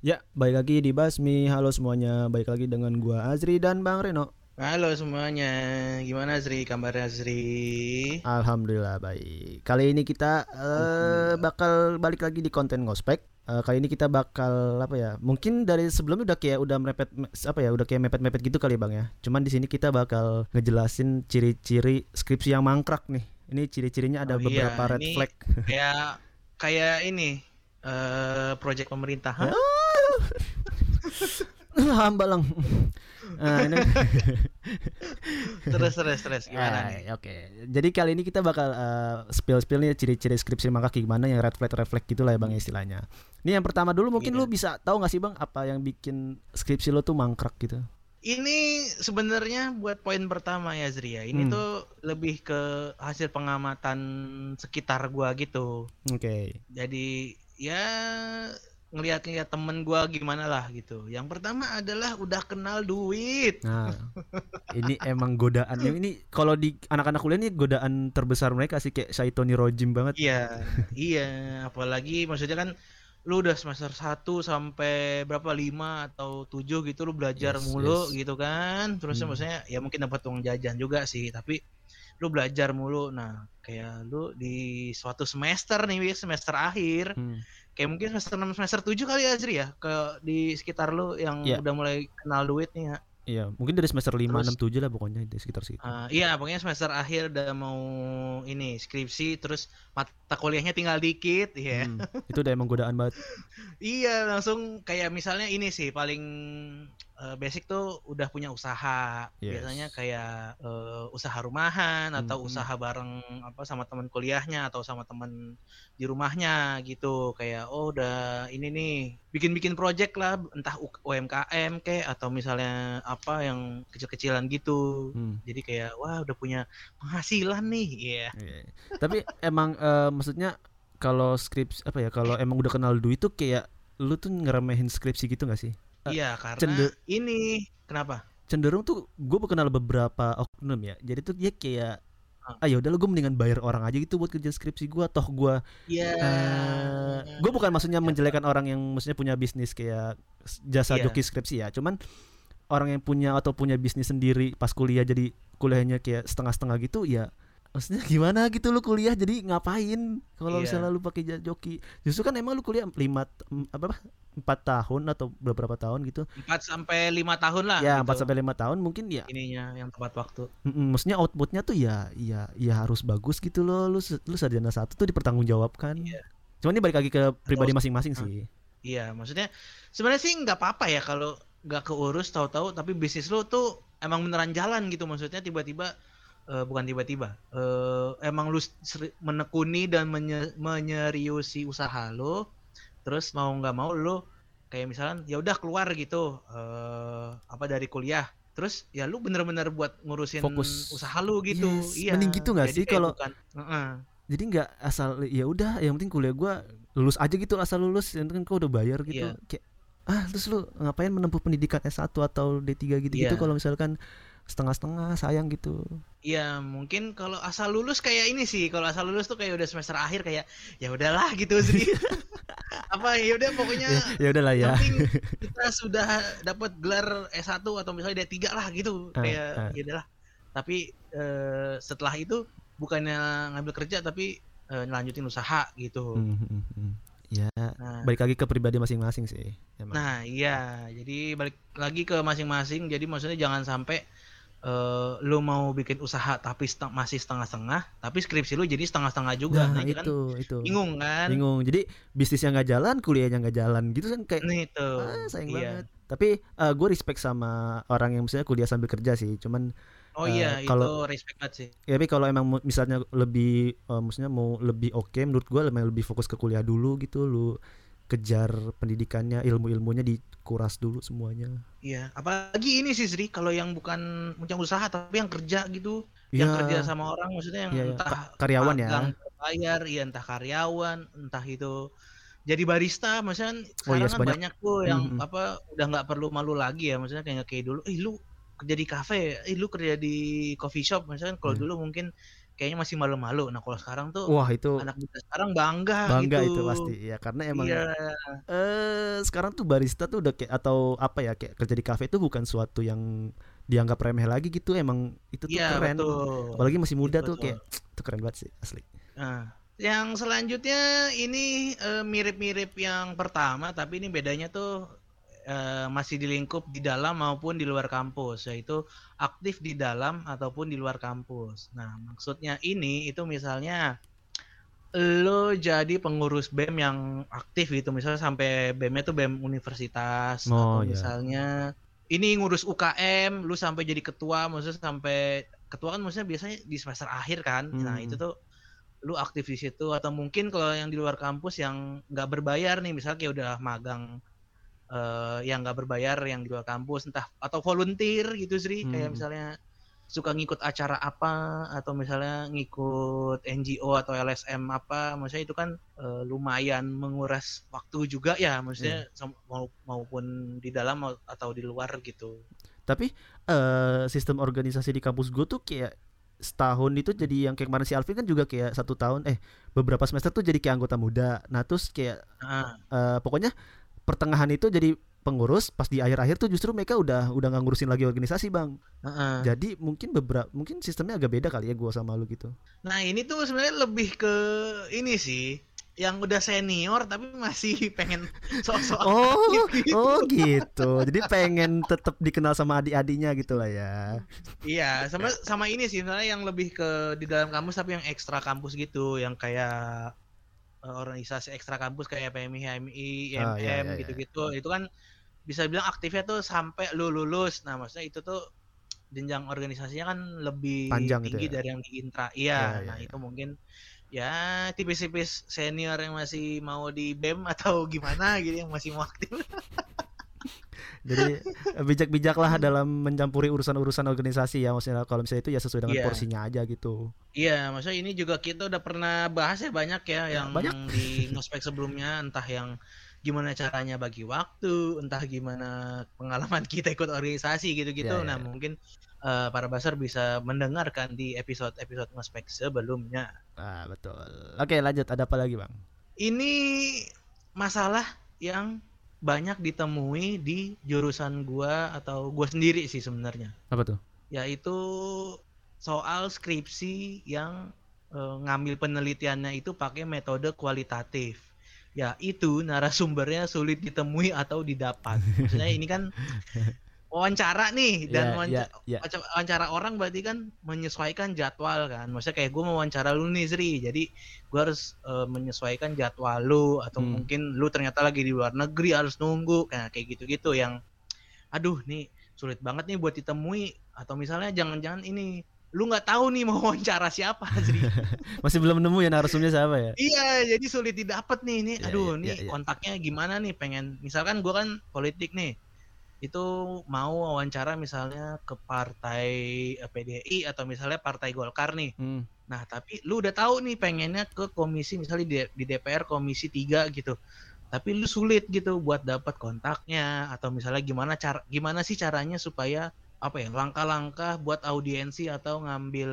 Ya, balik lagi di Basmi. Halo semuanya, balik lagi dengan gua Azri dan Bang Reno. Halo semuanya, gimana Zri? Kabarnya Zri? Alhamdulillah baik. Kali ini kita Alhamdulillah. bakal balik lagi di konten ngospek. Kali ini kita bakal apa ya? Mungkin dari sebelumnya udah kayak udah mepet apa ya? Udah kayak mepet-mepet gitu kali Bang ya. Cuman di sini kita bakal ngejelasin ciri-ciri skripsi yang mangkrak nih. Ini ciri-cirinya ada Oh iya, beberapa red ini flag. kayak kayak ini proyek pemerintah. Hah? Hamba lang. Ini Terus gimana nih? Oke. Jadi kali ini kita bakal spill nih ciri-ciri skripsi mangkrak gimana yang red flag gitu lah ya Bang ya istilahnya. Ini yang pertama dulu mungkin lu Iya. bisa tahu nggak sih Bang apa yang bikin skripsi lu tuh mangkrak gitu? Ini sebenarnya buat poin pertama ya Zri ya. Ini Hmm. tuh lebih ke hasil pengamatan sekitar gua gitu. Oke. Jadi ya ngeliat-ngeliat temen gua gimana lah gitu. Yang pertama adalah udah kenal duit. Nah, ini emang godaan. Ini kalau di anak-anak kuliah ini godaan terbesar mereka sih kayak Syaitoni Rojim banget. Iya, iya, apalagi maksudnya kan lu udah semester 1 sampai berapa 5 atau 7 gitu lu belajar Yes, mulu yes. gitu kan. Terus Hmm. maksudnya ya mungkin dapat uang jajan juga sih, tapi lu belajar mulu. Nah, kayak lu di suatu semester nih, semester akhir, Hmm. kayak mungkin semester 6 semester 7 kali ya, Zri ya, ke di sekitar lu yang Ya, udah mulai kenal duit nih ya. iya, mungkin dari semester 5, Terus 6, 7 lah pokoknya di sekitar situ. Iya, pokoknya semester akhir udah mau ini skripsi, terus mata kuliahnya tinggal dikit, ya. Itu udah emang godaan banget. Iya, langsung kayak misalnya ini sih paling basic tuh udah punya usaha. Biasanya Yes. kayak usaha rumahan atau Hmm. usaha bareng apa sama teman kuliahnya atau sama teman di rumahnya gitu. Kayak oh udah ini nih bikin-bikin project lah, entah UMKM kayak atau misalnya apa yang kecil-kecilan gitu. Hmm. Jadi kayak wah udah punya penghasilan nih, iya. Iya. Tapi emang maksudnya kalau skripsi apa ya kalau emang udah kenal duit tuh kayak lu tuh ngeremehin skripsi gitu gak sih? Eh, Iya, karena cender ini kenapa? cenderung tuh gue kenal beberapa oknum ya. Jadi tuh dia kayak Ah, ah ya udah lu gue mendingan bayar orang aja gitu buat kerja skripsi gue toh Iya, gue bukan maksudnya ya, menjelekan orang yang maksudnya punya bisnis kayak jasa iya, joki skripsi ya cuman orang yang punya atau punya bisnis sendiri pas kuliah jadi kuliahnya kayak setengah-setengah gitu ya maksudnya gimana gitu lu kuliah jadi ngapain kalau misalnya iya. lu pakai joki justru kan emang lu kuliah 4 tahun atau beberapa tahun gitu 4 sampai 5 tahun lah ya gitu 4 sampai 5 tahun mungkin ya ininya yang tepat waktu. maksudnya outputnya tuh ya harus bagus gitu loh lu sarjana satu tuh dipertanggungjawabkan Iya. cuman ini balik lagi ke Atau pribadi masing-masing ah, sih. iya, maksudnya sebenarnya sih nggak apa-apa ya kalau nggak keurus tahu-tahu tapi bisnis lo tuh emang beneran jalan gitu maksudnya tiba-tiba bukan tiba-tiba emang lu menekuni dan menyeriusi usaha lo terus mau nggak mau lo kayak misalnya ya udah keluar gitu apa dari kuliah terus ya lu bener-bener buat ngurusin Fokus. usaha lu gitu Yes, mending iya gitu nggak jadi sih kayak kalau bukan jadi nggak asal ya udah yang penting kuliah gue lulus aja gitu asal lulus yang penting kau udah bayar gitu iya kayak terus lu ngapain menempuh pendidikan S1 atau D3 gitu-gitu kalau iya misalkan setengah-setengah sayang gitu. iya mungkin kalau asal lulus kayak ini sih kalau asal lulus tuh kayak udah semester akhir kayak ya udahlah gitu sih apa ya udah pokoknya Ya ya udahlah ya. yang penting kita sudah dapat gelar S1 atau misalnya D3 lah gitu Ah, kayak ah. ya udahlah tapi setelah itu bukannya ngambil kerja tapi ngelanjutin usaha gitu. Ya Nah, balik lagi ke pribadi masing-masing sih emang. nah iya, jadi balik lagi ke masing-masing. Jadi maksudnya jangan sampai lu mau bikin usaha tapi masih setengah-setengah, tapi skripsi lu jadi setengah-setengah juga. Nah Nah, ini kan itu bingung kan? bingung jadi bisnisnya nggak jalan kuliahnya nggak jalan gitu kan kayak Nih itu. sayang Iya. banget tapi gue respect sama orang yang misalnya kuliah sambil kerja sih cuman Oh iya, itu kalau respect banget sih. ya, tapi kalau emang misalnya lebih maksudnya mau lebih oke menurut gue emang lebih fokus ke kuliah dulu gitu lu kejar pendidikannya ilmu-ilmunya dikuras dulu semuanya. Iya, apalagi ini sih Sri, kalau yang bukan yang usaha tapi yang kerja gitu, yang kerja Iya, sama orang maksudnya yang iya, iya. entah Karyawan ya. magang berbayar, ya entah karyawan, entah itu jadi barista, maksudnya kan Oh iya sekarang kan sebanyak banyak tuh yang mhm, apa udah nggak perlu malu lagi ya, maksudnya kayak dulu, lu kerja di kafe, lu kerja di coffee shop, maksudnya kan kalau iya. dulu mungkin kayaknya masih malu-malu. Nah, kalau sekarang tuh Wah itu anak muda sekarang bangga bangga gitu. itu pasti ya, karena emang Iya, sekarang tuh barista tuh udah kayak, atau apa ya, kayak kerja di kafe itu bukan suatu yang dianggap remeh lagi gitu, emang itu tuh iya keren, betul. apalagi masih Itu muda tuh betul. kayak itu keren banget sih asli. Nah, yang selanjutnya ini mirip-mirip yang pertama, tapi ini bedanya tuh masih di lingkup di dalam maupun di luar kampus, yaitu aktif di dalam ataupun di luar kampus. Nah, maksudnya ini itu misalnya lo jadi pengurus BEM yang aktif gitu, misalnya sampai BEM-nya tuh BEM universitas, Oh atau ya. misalnya ini ngurus UKM, lu sampai jadi ketua, maksudnya sampai ketua kan maksudnya biasanya di semester akhir kan. Nah, itu Hmm. tuh lu aktif di situ, atau mungkin kalau yang di luar kampus yang nggak berbayar nih, misalnya kayak udah magang yang nggak berbayar yang di luar kampus, entah atau volunteer gitu Sri, kayak Hmm. misalnya suka ngikut acara apa, atau misalnya ngikut NGO atau LSM apa, maksudnya itu kan lumayan menguras waktu juga ya, Iya. maksudnya maupun di dalam atau di luar gitu. Tapi sistem organisasi di kampus gue tuh kayak setahun itu jadi yang kayak kemarin si Alvin kan juga kayak 1 tahun, beberapa semester tuh jadi kayak anggota muda. Nah terus kayak Nah, pokoknya pertengahan itu jadi pengurus, pas di akhir-akhir tuh justru mereka udah nggak ngurusin lagi organisasi bang. nah, Jadi mungkin sistemnya agak beda kali ya gua sama lu gitu. nah ini tuh sebenarnya lebih ke ini sih, yang udah senior tapi masih pengen sok-sok aktif Oh, gitu. oh gitu. Jadi pengen tetap dikenal sama adik-adiknya gitu lah ya. Iya, sama sama ini sih sebenarnya yang lebih ke di dalam kampus tapi yang ekstra kampus gitu, yang kayak organisasi ekstra kampus kayak PMI, HMI, Ah ya IMM ya ya. gitu-gitu. Itu kan bisa bilang aktifnya tuh sampai lu lulus. Nah, maksudnya itu tuh jenjang organisasinya kan lebih Panjang gitu tinggi ya. dari yang di intra. Ya Iya, ya nah itu ya. mungkin ya tipis-tipis senior yang masih mau di BEM atau gimana gitu, yang masih mau aktif. Jadi bijak-bijak lah dalam mencampuri urusan-urusan organisasi ya, maksudnya kalau misalnya itu ya sesuai dengan Iya. porsinya aja gitu. Iya, maksudnya ini juga kita udah pernah bahas ya banyak ya Ya yang banyak. di ngospek sebelumnya, entah yang gimana caranya bagi waktu, entah gimana pengalaman kita ikut organisasi Ya gitu-gitu. ya Nah, ya. mungkin para basar bisa mendengarkan di episode-episode ngospek sebelumnya. Ah betul. Oke lanjut, ada apa lagi bang? Ini masalah yang banyak ditemui di jurusan gua atau gua sendiri sih sebenarnya, Apa tuh? yaitu soal skripsi yang ngambil penelitiannya itu pakai metode kualitatif. Ya, itu narasumbernya sulit ditemui atau didapat. Maksudnya ini kan wawancara nih, dan Ya ya ya. wawancara orang berarti kan menyesuaikan jadwal kan. Maksudnya kayak gue mau wawancara lu nih Sri, jadi gue harus menyesuaikan jadwal lu, atau Hmm. mungkin lu ternyata lagi di luar negeri harus nunggu, kayak gitu-gitu yang aduh nih sulit banget nih buat ditemui. Atau misalnya jangan-jangan ini lu nggak tahu nih mau wawancara siapa Sri. Masih belum nemu ya narasumnya siapa ya? Iya, jadi sulit didapat nih. Ini Ya ya aduh ya nih ya. kontaknya gimana nih, pengen misalkan gue kan politik nih, itu mau wawancara misalnya ke partai PDI atau misalnya partai Golkar nih. Hmm. Nah, tapi lu udah tahu nih pengennya ke komisi misalnya di DPR komisi 3 gitu. Tapi lu sulit gitu buat dapat kontaknya, atau misalnya gimana sih caranya supaya apa ya, langkah-langkah buat audiensi atau ngambil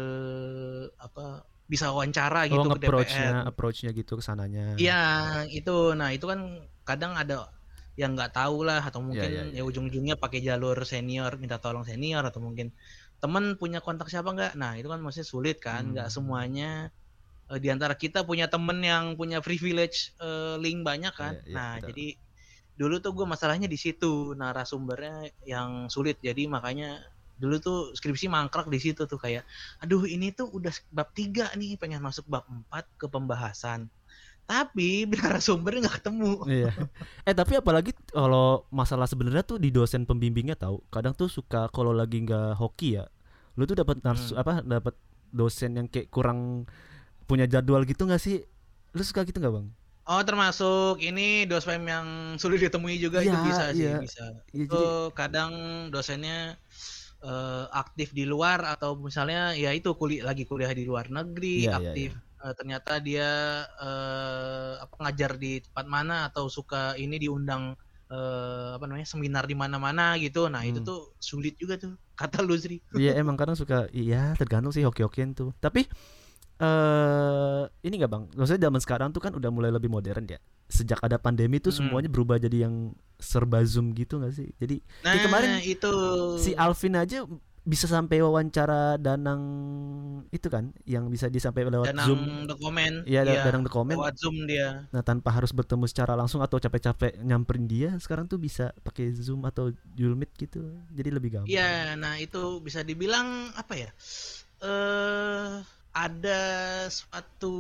apa, bisa wawancara Oh gitu ke DPR. approachnya gitu ke sananya. Iya, itu. Nah, itu kan kadang ada yang nggak tahu lah, atau Ya ya mungkin ya ya ya. ujung-ujungnya pakai jalur senior, minta tolong senior, atau mungkin temen punya kontak siapa nggak. Nah, itu kan maksudnya sulit kan, nggak Hmm. semuanya di antara kita punya temen yang punya privilege link banyak kan. Ya ya Nah, betul. jadi dulu tuh gue masalahnya di situ, narasumbernya yang sulit. Jadi makanya dulu tuh skripsi mangkrak di situ tuh, kayak aduh ini tuh udah bab 3 nih, pengen masuk bab 4 ke pembahasan. Tapi narasumbernya nggak ketemu. Iya. Tapi apalagi kalau masalah sebenarnya tuh di dosen pembimbingnya tahu. Kadang tuh suka kalau lagi nggak hoki ya, lu tuh Hmm. dapat dosen yang kayak kurang punya jadwal gitu nggak sih? Lu suka gitu nggak bang? Oh, termasuk ini dospem yang sulit ditemui juga, Iya itu bisa iya sih, bisa. iya jadi Itu kadang dosennya aktif di luar, atau misalnya ya itu lagi kuliah di luar negeri, iya iya iya. aktif ternyata dia apa, ngajar di tempat mana, atau suka ini diundang apa namanya, seminar di mana-mana gitu. Nah, itu Hmm. tuh sulit juga tuh kata lu Sri. Iya emang kadang suka, iya tergantung sih hoki-hokian tuh. Tapi Ini nggak bang, maksudnya zaman sekarang tuh kan udah mulai lebih modern ya. Sejak ada pandemi tuh Hmm. semuanya berubah jadi yang serba zoom gitu nggak sih? Jadi kayak Nah, kemarin itu. si Alvin aja bisa sampai wawancara Danang itu kan, yang bisa disampaikan lewat Danang zoom. The Comment, Ya iya, Danang the comment. lewat Zoom dia. Nah tanpa harus bertemu secara langsung atau capek-capek nyamperin dia, sekarang tuh bisa pakai zoom atau Google Meet gitu. Jadi lebih gampang. Iya, nah itu bisa dibilang apa ya? Eh ada suatu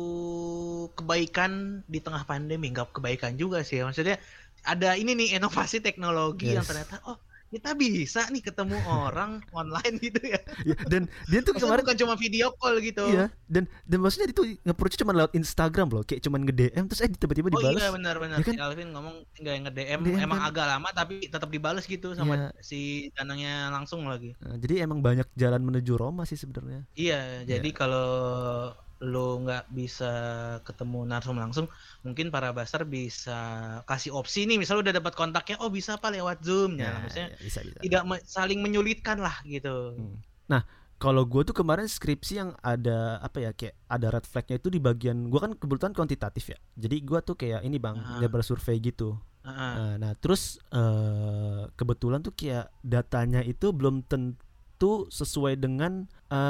kebaikan di tengah pandemi, nggak kebaikan juga sih. Maksudnya ada ini nih inovasi teknologi yang Yes. ternyata kita bisa nih ketemu orang online gitu ya. Ya, dan dia tuh Maksudnya kemarin. bukan cuma video call gitu. Iya, dan maksudnya itu nge-approach cuma lewat Instagram loh, kayak cuman nge-DM terus tiba-tiba Oh iya dibales. benar-benar Ya si kan? Alvin ngomong nggak nge-DM DM emang kan. agak lama tapi tetap dibales gitu sama Iya. si Danangnya langsung lagi. Nah, jadi emang banyak jalan menuju Roma sih sebenarnya. Iya, Ya. jadi kalau lo nggak bisa ketemu narsum langsung, mungkin para baster bisa kasih opsi nih, misal udah dapat kontaknya, oh bisa apa lewat Zoom ya, Nah, maksudnya ya, bisa bisa. tidak saling menyulitkan lah gitu. Nah, kalau gue tuh kemarin skripsi yang ada apa ya, kayak ada red flagnya itu di bagian gue kan kebetulan kuantitatif ya. Jadi gue tuh kayak ini bang, Heeh, nyebar survei gitu. heeh. Nah terus kebetulan tuh kayak datanya itu belum tentu sesuai dengan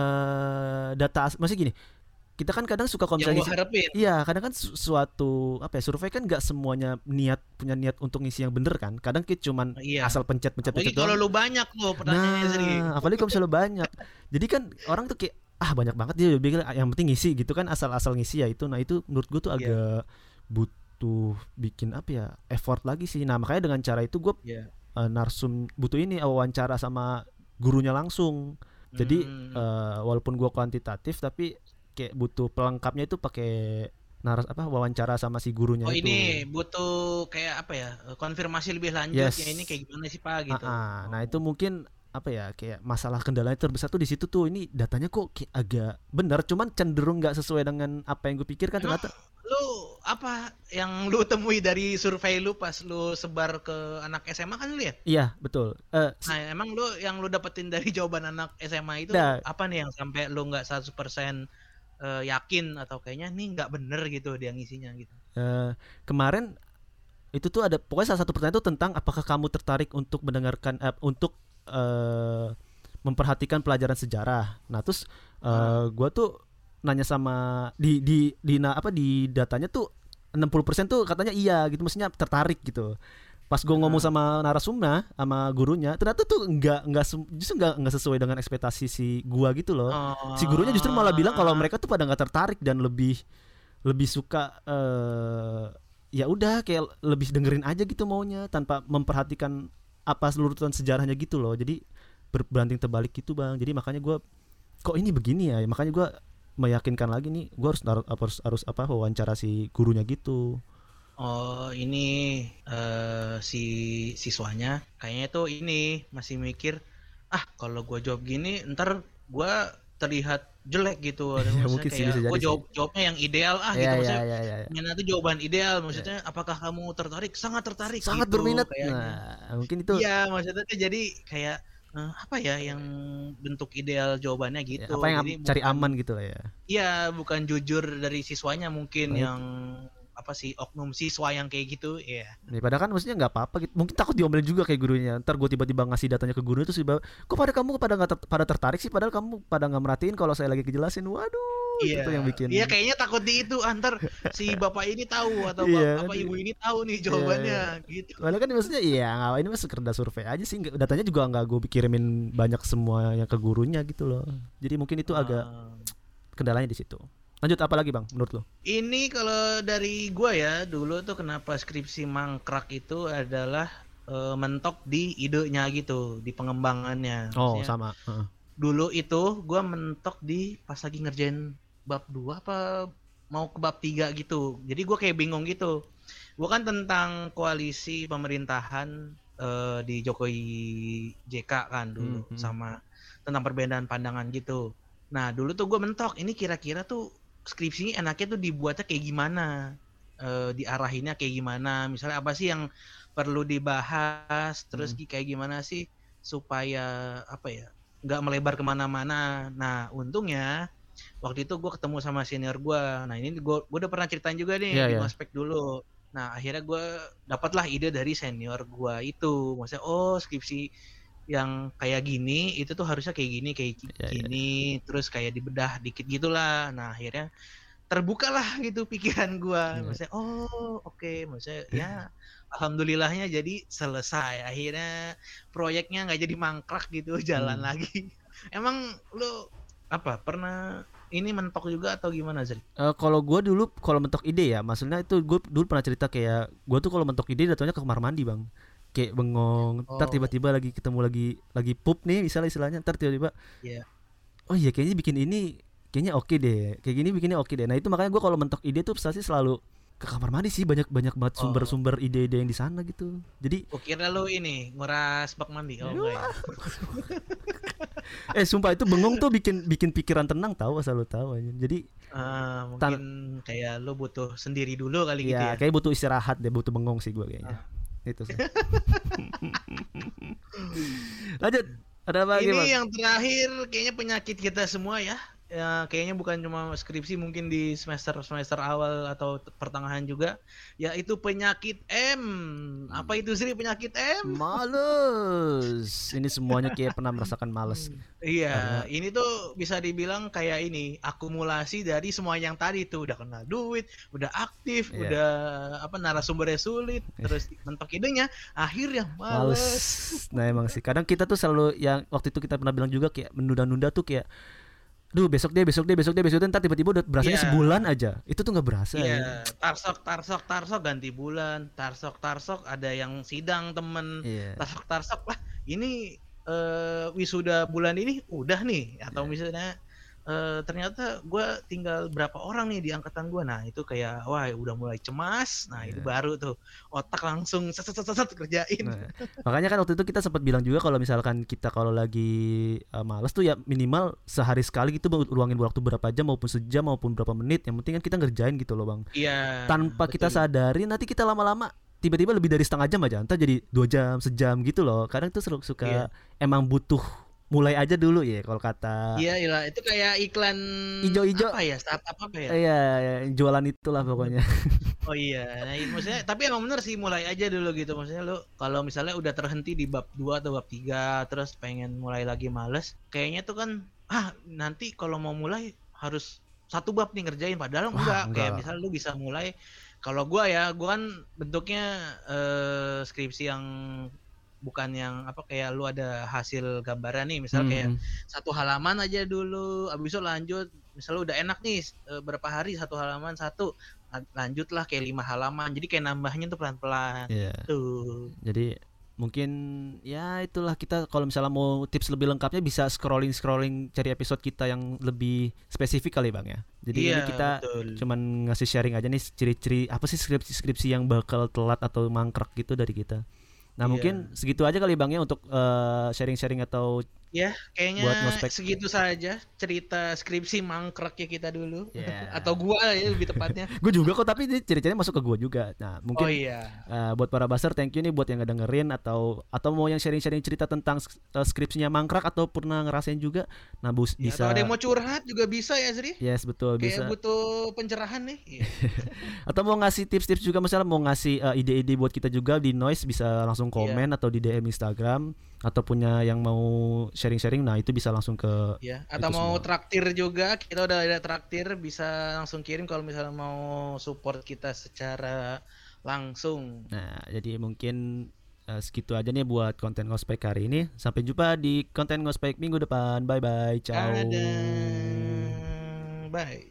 data maksudnya gini, kita kan kadang suka kalau Yang misalnya lo ngisi. harapin, Iya, kadang kan suatu apa ya, survei kan nggak semuanya punya niat untuk ngisi yang bener kan. Kadang kita cuman iya. asal pencet pencet Apalagi pencet kalau doang. lu banyak lo pertanyaannya sering. Nah, apalagi kalau misalnya banyak. Jadi kan orang tuh kayak banyak banget, dia pikir yang penting ngisi gitu kan, asal-asal ngisi ya itu. Nah, itu menurut gue tuh Iya, agak butuh bikin apa ya, effort lagi sih. Nah, makanya dengan cara itu gue iya. narsum butuh ini wawancara sama gurunya langsung. Jadi Hmm. walaupun gue kuantitatif tapi kayak butuh pelengkapnya itu pakai wawancara sama si gurunya Oh ini itu. butuh kayak apa ya? Konfirmasi lebih lanjut ya ini Yes. kayak gimana sih Pak gitu. Nah Oh. itu mungkin apa ya, kayak masalah kendalanya terbesar tuh di situ tuh, ini datanya kok kayak agak bener cuman cenderung nggak sesuai dengan apa yang gue pikirkan Emang ternyata. lu apa yang lu temui dari survei lu pas lu sebar ke anak SMA kan lu ya? Iya betul. Nah, emang lu yang lu dapetin dari jawaban anak SMA itu Nah, apa nih yang sampai lu nggak 100% yakin atau kayaknya nih nggak bener gitu dia ngisinya gitu. kemarin itu tuh ada pokoknya salah satu pertanyaan itu tentang apakah kamu tertarik untuk mendengarkan untuk memperhatikan pelajaran sejarah. Nah terus Heeh. gue tuh nanya sama di datanya tuh 60% tuh katanya iya gitu, maksudnya tertarik gitu. Pas gue ngomong Heeh. sama narasumnya sama gurunya, ternyata tuh justru nggak sesuai dengan ekspektasi si gua gitu loh. Si gurunya justru malah bilang kalau Oh, mereka tuh pada nggak tertarik dan lebih lebih suka ya udah kayak lebih dengerin aja gitu maunya tanpa memperhatikan apa seluruh sejarahnya gitu loh. Jadi berbanding terbalik gitu bang. Jadi makanya gue kok ini begini ya, makanya gue meyakinkan lagi nih gue harus apa wawancara si gurunya gitu. oh ini si siswanya kayaknya tuh ini masih mikir, ah kalau gua jawab gini ntar gua terlihat jelek gitu. Ada Ya maksudnya mungkin sih, kayak bisa gua jadi sih. jawabnya yang ideal Ya gitu. ya Maksudnya ya ya, ya. mana tuh jawaban ideal. Ya. Maksudnya apakah kamu tertarik? Sangat tertarik Sangat gitu berminat. kayaknya. Nah mungkin itu Iya, maksudnya tuh jadi kayak apa ya yang bentuk ideal jawabannya ya, gitu. apa yang Jadi cari bukan, aman gitu lah ya. iya, bukan jujur dari siswanya mungkin Baik. yang apa sih oknum siswa yang kayak gitu, ya. Ya, padahal kan maksudnya nggak apa-apa gitu. Mungkin takut diomelin juga kayak gurunya. Ntar gue tiba-tiba ngasih datanya ke guru itu sih, kok pada kamu pada nggak pada tertarik sih? Padahal kamu pada nggak merhatiin kalau saya lagi kejelasin. Waduh, itu Iya, tuh yang iya bikin. kayaknya takut di itu antar si bapak ini tahu atau Iya apa nanti. ibu ini tahu nih Iya, iya. jawabannya gitu. Padahal kan maksudnya iya nggak, ini mah sekedar survei aja sih. Datanya juga nggak gue kirimin banyak semua yang ke gurunya gitu loh. Jadi mungkin itu agak Eh, kendalanya di situ. Lanjut apa lagi bang menurut lo? ini kalau dari gua ya dulu tuh kenapa skripsi mangkrak itu adalah mentok di idenya gitu, di pengembangannya. Oh Maksudnya sama. Heeh. dulu itu gua mentok di pas lagi ngerjain bab 2 apa mau ke bab 3 gitu. Jadi gua kayak bingung gitu. Gua kan tentang koalisi pemerintahan di Jokowi JK kan dulu Hmm. sama tentang perbedaan pandangan gitu. Nah, dulu tuh gue mentok ini kira-kira tuh skripsi enaknya tuh dibuatnya kayak gimana? Diarahinnya kayak gimana? Misalnya apa sih yang perlu dibahas? Terus Hmm. kayak gimana sih supaya apa ya? Nggak melebar kemana-mana. Nah, untungnya waktu itu gue ketemu sama senior gue. Nah ini gue udah pernah ceritain juga nih Iya, di iya. ngospek dulu. Nah akhirnya gue dapatlah ide dari senior gue itu. Maksudnya skripsi yang kayak gini itu tuh harusnya kayak gini Iya, iya. gini, terus kayak dibedah dikit gitulah. Nah akhirnya terbukalah gitu pikiran gue. Iya. Maksudnya oke. Maksudnya ya alhamdulillahnya jadi selesai. Akhirnya proyeknya nggak jadi mangkrak gitu, jalan lagi. Emang lu apa pernah ini mentok juga atau gimana Zri? Kalau gue dulu kalau mentok ide ya, maksudnya itu gue dulu pernah cerita kayak gue tuh kalau mentok ide datangnya ke kamar mandi bang, kayak bengong. Ntar Oh tiba-tiba lagi ketemu lagi pup nih misalnya istilahnya, ntar tiba-tiba iya. oh iya kayaknya bikin ini kayaknya oke deh, kayak gini bikinnya oke deh. Nah itu makanya gue kalau mentok ide tuh pasti selalu ke kamar mandi sih, banyak banyak banget Oh, sumber-sumber ide-ide yang di sana gitu. Jadi gua kira lu ini nguras bak mandi. Oh enggak ya. sumpah itu bengong tuh bikin bikin pikiran tenang tahu, asal lu tahu aja. Jadi Mungkin kayak lu butuh sendiri dulu kali gitu ya ya. kayak butuh istirahat deh, butuh bengong sih gue kayaknya. Ah. Itu sih. Lanjut, ada apa lagi Ini bang? yang terakhir kayaknya penyakit kita semua ya. Ya kayaknya bukan cuma skripsi, mungkin di semester awal atau pertengahan juga, yaitu penyakit M. Apa itu sih penyakit M? Males. Ini semuanya kayak pernah merasakan males Iya, karena ini tuh bisa dibilang kayak ini akumulasi dari semua yang tadi tuh, udah kena duit, udah aktif, ya udah apa narasumbernya sulit, terus mentok idenya, akhirnya males. males. Nah emang sih kadang kita tuh selalu yang waktu itu kita pernah bilang juga kayak menunda-nunda tuh kayak duh besok deh besok deh besok deh besok deh, ntar tiba-tiba udah berasanya Iya, sebulan aja, itu tuh nggak berasa iya, ya. tarsok ganti bulan, tarsok ada yang sidang temen, Iya, tarsok lah. Ini wisuda bulan ini udah nih, atau iya. misalnya ternyata gue tinggal berapa orang nih di angkatan gue. Nah itu kayak wah udah mulai cemas. Nah itu Iya. baru tuh otak langsung set set set set, set kerjain. Nah, makanya kan waktu itu kita sempat bilang juga kalau misalkan kita kalau lagi males tuh ya minimal sehari sekali gitu luangin waktu berapa jam maupun sejam maupun berapa menit, yang penting kan kita ngerjain gitu loh bang, Iya tanpa kita betul. sadari nanti kita lama-lama tiba-tiba lebih dari setengah jam aja entar jadi 2 jam sejam gitu loh. Kadang tuh suka Iya. emang butuh mulai aja dulu ya kalau kata Iya, iya, itu kayak iklan ijo-ijo. apa ya, startup apa ya? Iya, ya, jualan itulah pokoknya. Oh iya, nah, maksudnya tapi emang bener sih mulai aja dulu gitu. Maksudnya lu kalau misalnya udah terhenti di bab 2 atau bab 3 terus pengen mulai lagi males, kayaknya tuh kan nanti kalau mau mulai harus satu bab nih ngerjain, padahal Wah enggak. enggak Kayak lah. misalnya lu bisa mulai, kalau gua ya, gua kan bentuknya skripsi yang bukan yang apa kayak lu ada hasil gambaran nih, misal kayak Mm-mm. satu halaman aja dulu, abis itu lanjut, misalnya udah enak nih berapa hari satu halaman satu, lanjutlah kayak 5 halaman, jadi kayak nambahnya tuh pelan-pelan Iya. tuh. Jadi mungkin ya itulah, kita kalau misalnya mau tips lebih lengkapnya bisa scrolling cari episode kita yang lebih spesifik kali bang ya. Jadi Iya ini kita betul. cuman ngasih sharing aja nih ciri-ciri apa sih skripsi yang bakal telat atau mangkrak gitu dari kita. Nah Iya mungkin segitu aja kali bang ya untuk sharing-sharing atau ya, kayaknya buat ngospek. segitu saja cerita skripsi mangkreknya kita dulu. Ya. Atau gua ya lebih tepatnya. Gue juga kok, tapi ini ciri-cirinya masuk ke gue juga. Nah Oh mungkin iya. buat para baser thank you nih buat yang ngedengerin atau mau yang sharing-sharing cerita tentang skripsinya mangkrak atau pernah ngerasain juga. Nah Ya, atau ada yang bisa, mau curhat juga bisa ya Zri, yes betul kayak bisa. butuh pencerahan nih. Iya. Atau mau ngasih tips-tips juga, misalnya mau ngasih ide-ide buat kita juga di Noise, bisa langsung Iya. komen atau di DM Instagram, atau punya yang mau sharing-sharing, nah itu bisa langsung ke Ya, atau itu mau semua. traktir juga, kita udah ada traktir, bisa langsung kirim kalau misalnya mau support kita secara langsung. Nah jadi mungkin segitu aja nih buat konten ngospek hari ini. Sampai jumpa di konten ngospek minggu depan. Bye bye, ciao. Ada, bye.